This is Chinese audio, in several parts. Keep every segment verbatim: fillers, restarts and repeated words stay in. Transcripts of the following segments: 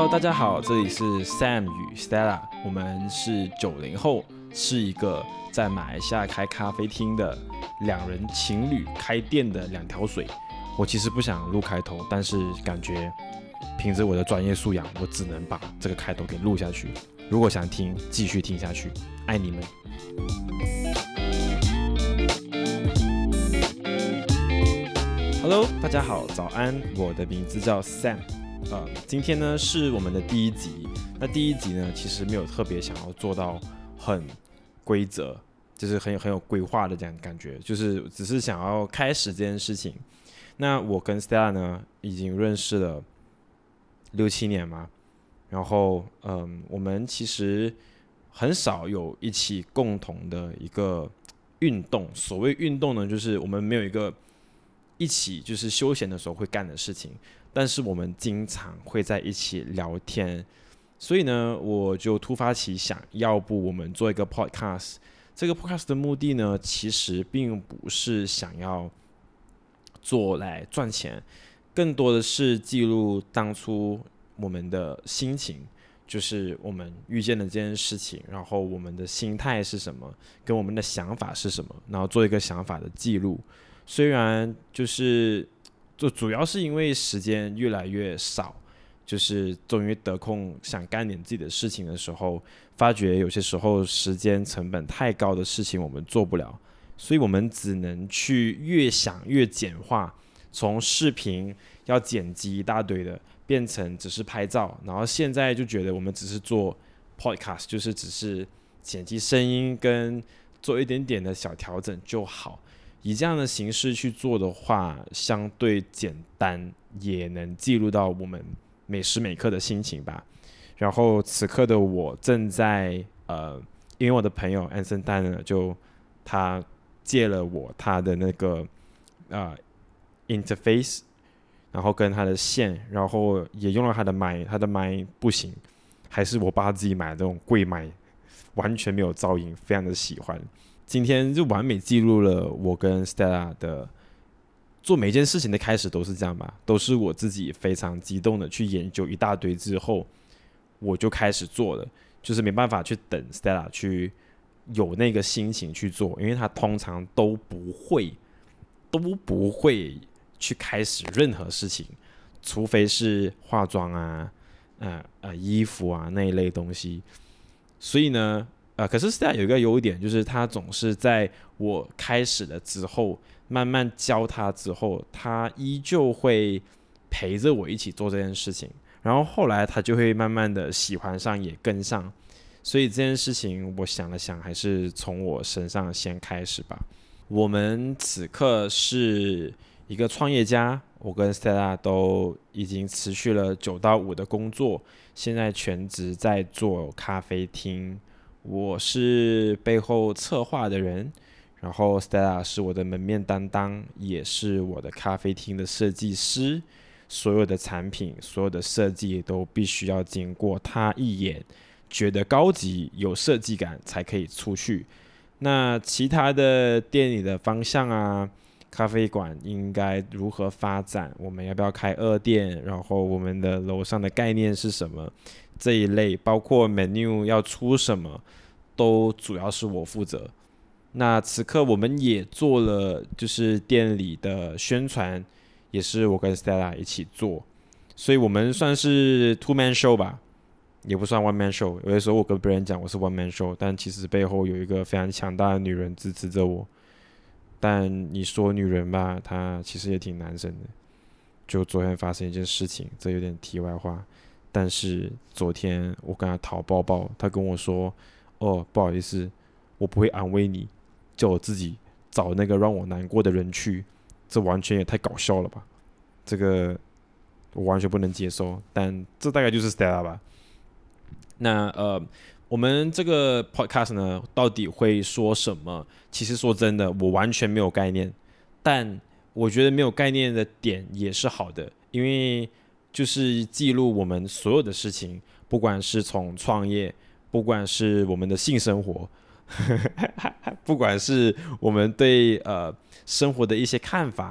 Hello， 大家好，这里是 Sam 与 Stella， 我们是九零后，是一个在马来西亚开咖啡厅的两人情侣开店的两条水。我其实不想录开头，但是感觉凭着我的专业素养，我只能把这个开头给录下去。如果想听，继续听下去，爱你们。Hello， 大家好，早安，我的名字叫 Sam。呃，今天呢是我们的第一集。那第一集呢，其实没有特别想要做到很规则，就是很有很有规划的这样感觉，就是只是想要开始这件事情。那我跟 Stella 呢，已经认识了六七年嘛，然后嗯，我们其实很少有一起共同的一个运动。所谓运动呢，就是我们没有一个一起就是休闲的时候会干的事情。但是我们经常会在一起聊天，所以呢，我就突发奇想，要不我们做一个 podcast。这个 podcast 的目的呢，其实并不是想要做来赚钱，更多的是记录当初我们的心情，就是我们遇见的这件事情，然后我们的心态是什么，跟我们的想法是什么，然后做一个想法的记录。虽然就是就主要是因为时间越来越少，就是终于得空想干点自己的事情的时候，发觉有些时候时间成本太高的事情我们做不了，所以我们只能去越想越简化，从视频要剪辑一大堆的，变成只是拍照，然后现在就觉得我们只是做 podcast， 就是只是剪辑声音跟做一点点的小调整就好。以这样的形式去做的话，相对简单，也能记录到我们每时每刻的心情吧。然后此刻的我正在呃，因为我的朋友安森丹呢，就他借了我他的那个呃 interface， 然后跟他的线，然后也用了他的麦，他的麦不行，还是我爸自己买的这种贵麦，完全没有噪音，非常的喜欢。今天就完美记录了我跟 Stella 的做每一件事情的开始都是这样吧，都是我自己非常激动的去研究一大堆之后，我就开始做了，就是没办法去等 Stella 去有那个心情去做，因为她通常都不会都不会去开始任何事情，除非是化妆啊、呃呃、衣服啊那一类东西。所以呢呃，可是 Stella 有一个优点，就是他总是在我开始了之后，慢慢教他之后，他依旧会陪着我一起做这件事情，然后后来他就会慢慢的喜欢上，也跟上。所以这件事情，我想了想，还是从我身上先开始吧。我们此刻是一个创业家，我跟 Stella 都已经辞去了九到五的工作，现在全职在做咖啡厅。我是背后策划的人，然后 Stella 是我的门面担当，也是我的咖啡厅的设计师。所有的产品，所有的设计都必须要经过他一眼，觉得高级有设计感才可以出去。那其他的店里的方向啊，咖啡馆应该如何发展，我们要不要开二店，然后我们的楼上的概念是什么，这一类包括 menu 要出什么，都主要是我负责。那此刻我们也做了就是店里的宣传，也是我跟 Stella 一起做，所以我们算是 two man show 吧，也不算 one man show。有的时候我跟别人讲我是 one man show， 但其实背后有一个非常强大的女人支持着我。但你说女人吧，她其实也挺男生的。就昨天发生一件事情，这有点题外话，但是昨天我跟她讨抱抱，她跟我说：“哦，不好意思，我不会安慰你，叫我自己找那个让我难过的人去。”这完全也太搞笑了吧！这个我完全不能接受。但这大概就是 Stella 吧。那呃，我们这个 podcast 呢，到底会说什么？其实说真的，我完全没有概念。但我觉得没有概念的点也是好的，因为就是记录我们所有的事情，不管是从创业，不管是我们的性生活，不管是我们对呃生活的一些看法，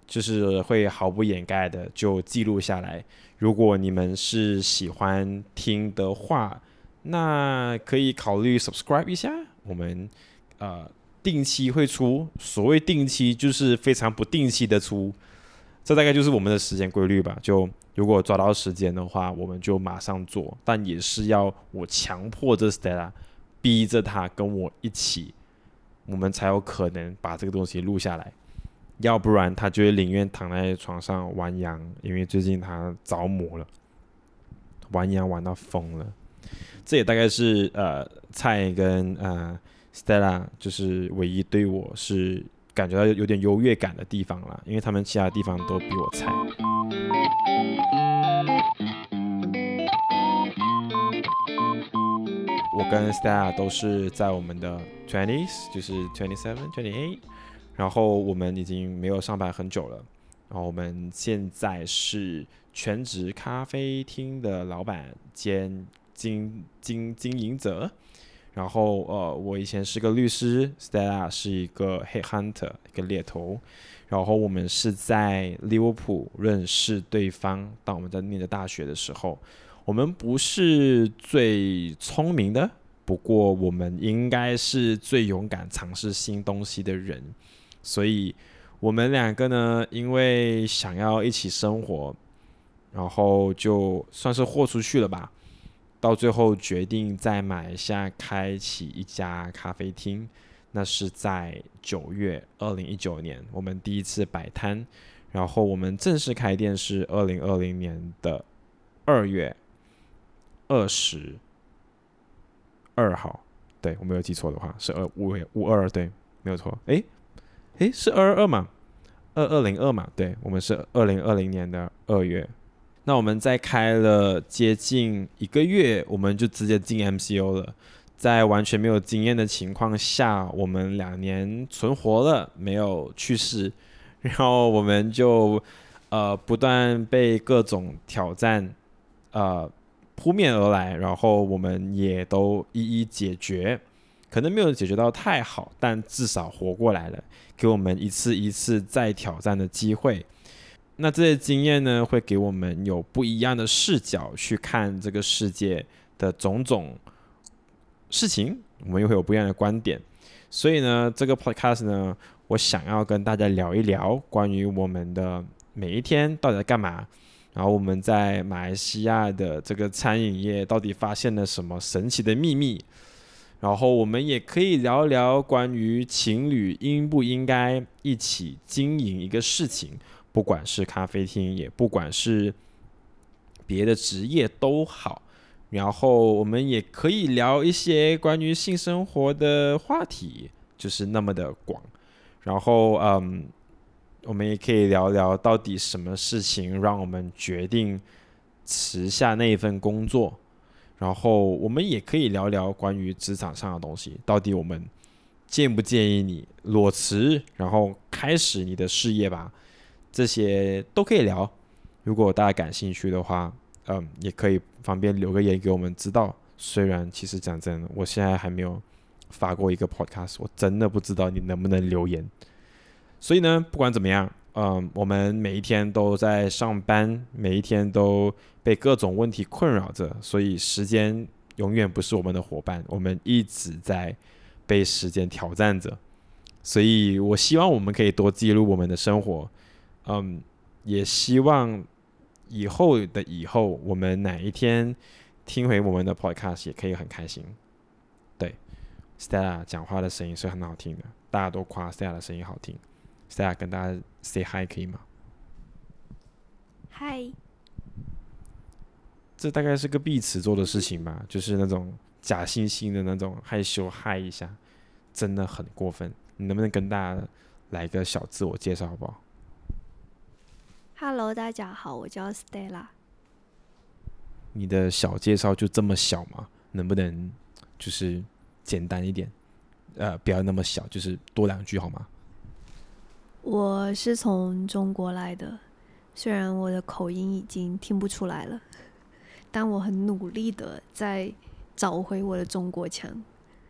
就是会毫不掩盖的就记录下来。如果你们是喜欢听的话，那可以考虑 subscribe 一下。我们呃定期会出，所谓定期就是非常不定期的出，这大概就是我们的时间规律吧。就如果抓到时间的话，我们就马上做，但也是要我强迫着 Stella， 逼着他跟我一起，我们才有可能把这个东西录下来。要不然他就会宁愿躺在床上玩羊，因为最近他着魔了，玩羊玩到疯了。这也大概是呃蔡跟呃 Stella 就是唯一对我是感觉到有点优越感的地方啦，因为他们其他地方都比我菜。我跟 Stella 都是在我们的 twenties， 就是 twenty-seven、twenty-eight， 然后我们已经没有上班很久了，然后我们现在是全职咖啡厅的老板兼经经经营者。然后呃，我以前是个律师 ，Stella 是一个 headhunter， 一个猎头。然后我们是在利物浦认识对方，当我们在念着大学的时候，我们不是最聪明的，不过我们应该是最勇敢尝试新东西的人。所以我们两个呢，因为想要一起生活，然后就算是豁出去了吧。到最后决定在马来西亚开启一家咖啡厅，那是在九月二零一九年，我们第一次摆摊，然后我们正式开店是二零二零年的二月二十二号，对，我没有记错的话是五五二二，对，没有错，诶诶是二二二嘛，二二零二嘛，对，我们是二零二零年的二月。那我们在开了接近一个月，我们就直接进 M C O 了。在完全没有经验的情况下，我们两年存活了，没有去世。然后我们就呃不断被各种挑战呃扑面而来，然后我们也都一一解决。可能没有解决到太好，但至少活过来了，给我们一次一次再挑战的机会。那这些经验呢，会给我们有不一样的视角去看这个世界的种种事情，我们又会有不一样的观点。所以呢，这个 podcast 呢，我想要跟大家聊一聊关于我们的每一天到底在干嘛，然后我们在马来西亚的这个餐饮业到底发现了什么神奇的秘密。然后我们也可以聊聊关于情侣应不应该一起经营一个事情。不管是咖啡厅，也不管是别的职业都好，然后我们也可以聊一些关于性生活的话题，就是那么的广。然后，嗯，我们也可以聊聊到底什么事情让我们决定辞下那一份工作。然后，我们也可以聊聊关于职场上的东西，到底我们建不建议你裸辞，然后开始你的事业吧。这些都可以聊，如果大家感兴趣的话，嗯，也可以方便留个言给我们知道。虽然其实讲真的，我现在还没有发过一个 podcast， 我真的不知道你能不能留言。所以呢，不管怎么样，嗯，我们每一天都在上班，每一天都被各种问题困扰着，所以时间永远不是我们的伙伴，我们一直在被时间挑战着。所以我希望我们可以多记录我们的生活。嗯，也希望以后的以后，我们哪一天听回我们的 podcast 也可以很开心。对 ，Stella 讲话的声音是很好听的，大家都夸 Stella 的声音好听。Stella 跟大家 say hi 可以吗？ 嗨。 这大概是个碧池做的事情吧，就是那种假惺惺的那种害羞嗨一下，真的很过分。你能不能跟大家来个小自我介绍好不好 ？Hello， 大家好，我叫 Stella。 你的小介绍就这么小吗？能不能就是简单一点？呃，不要那么小，就是多两句好吗？ 我是从中国来的，虽然我的口音已经听不出来了，但我很努力的在找回我的中国腔。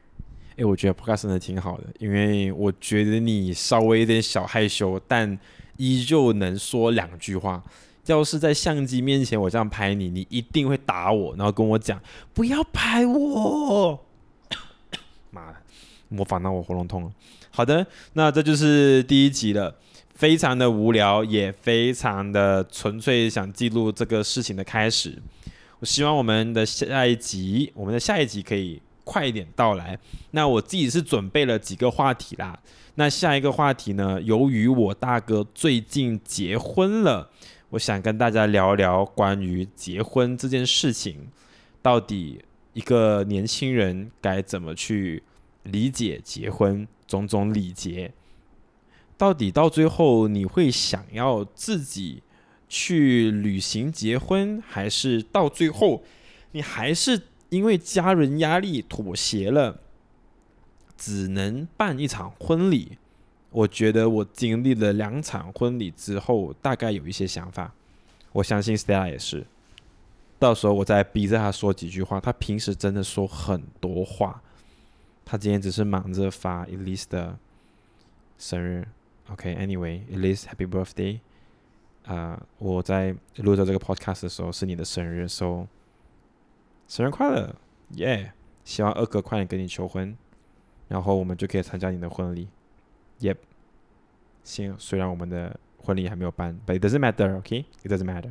欸，我觉得 podcast 真的挺好的，因为我觉得你稍微有点小害羞，但依旧能说两句话。要是在相机面前我这样拍你，你一定会打我，然后跟我讲不要拍我。妈的，模仿到我喉咙痛了。好的，那这就是第一集了，非常的无聊，也非常的纯粹想记录这个事情的开始。我希望我们的下一集，我们的下一集可以快一点到来。那我自己是准备了几个话题啦。那下一个话题呢，由于我大哥最近结婚了，我想跟大家聊聊关于结婚这件事情，到底一个年轻人该怎么去理解结婚种种礼节，到底到最后你会想要自己去旅行结婚，还是到最后你还是因为家人压力妥协了，只能办一场婚礼。我觉得我经历了两场婚礼之后，大概有一些想法。我相信 Stella 也是。到时候我再逼着他说几句话。他平时真的说很多话。他今天只是忙着发 Elise 的生日。OK，Anyway，、okay, Elise Happy Birthday。呃，我在录着这个 podcast 的时候是你的生日 ，so 生日快乐，耶！希望二哥快点跟你求婚，然后我们就可以参加你的婚礼。Yep， 行，虽然我们的婚礼还没有办 ，but it doesn't matter, okay? It doesn't matter.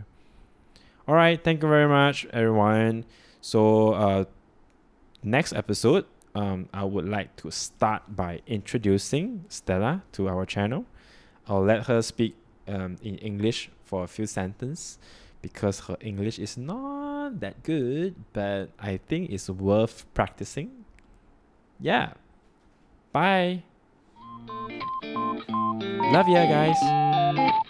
All right, thank you very much, everyone. So, uh, next episode, um, I would like to start by introducing Stella to our channel. I'll let her speak um, in English for a few sentences because her English is not that good, but I think it's worth practicing. Yeah. Bye. Love ya, guys.